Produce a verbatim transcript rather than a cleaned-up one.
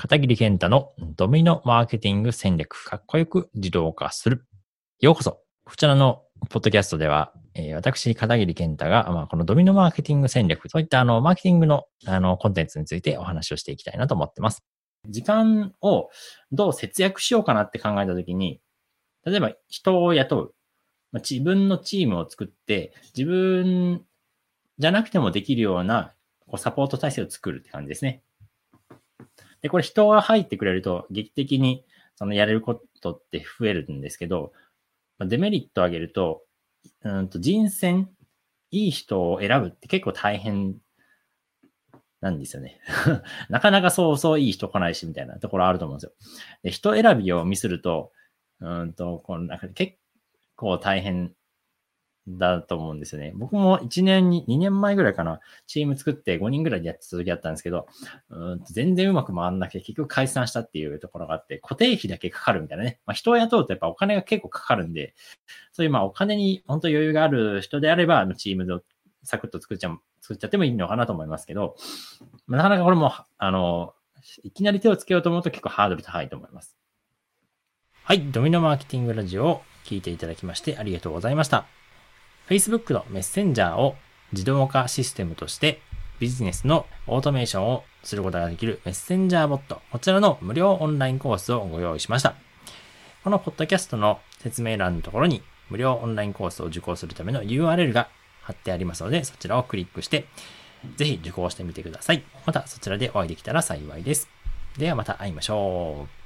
片桐健太のドミノマーケティング戦略、かっこよく自動化する。ようこそ。こちらのポッドキャストでは、えー、私、片桐健太が、まあ、このドミノマーケティング戦略、そういったあのマーケティングのあのコンテンツについてお話をしていきたいなと思ってます。時間をどう節約しようかなって考えたときに、例えば人を雇う。まあ、自分のチームを作って、自分じゃなくてもできるようなこうサポート体制を作るって感じですね。で、これ人が入ってくれると劇的にそのやれることって増えるんですけど、デメリットを挙げると、うんと人選、いい人を選ぶって結構大変なんですよね。なかなかそうそういい人来ないしみたいなところあると思うんですよ。で、人選びをミスると、うんと、このなんか結構大変だと思うんですよね。僕もいちねんに、にねんまえぐらいかな、チーム作ってごにんぐらいでやってた時あったんですけど、うんと全然うまく回んなくて結局解散したっていうところがあって、固定費だけかかるみたいなね。まあ、人を雇うとやっぱお金が結構かかるんで、そういうまあお金に本当余裕がある人であれば、チームでサクッと作っちゃ作っちゃってもいいのかなと思いますけど、なかなかこれも、あの、いきなり手をつけようと思うと結構ハードル高いと思います。はい、ドミノマーケティングラジオを聞いていただきましてありがとうございました。Facebook のメッセンジャーを自動化システムとしてビジネスのオートメーションをすることができるメッセンジャーボット、こちらの無料オンラインコースをご用意しました。このポッドキャストの説明欄のところに無料オンラインコースを受講するための ユーアールエル が貼ってありますので、そちらをクリックしてぜひ受講してみてください。またそちらでお会いできたら幸いです。ではまた会いましょう。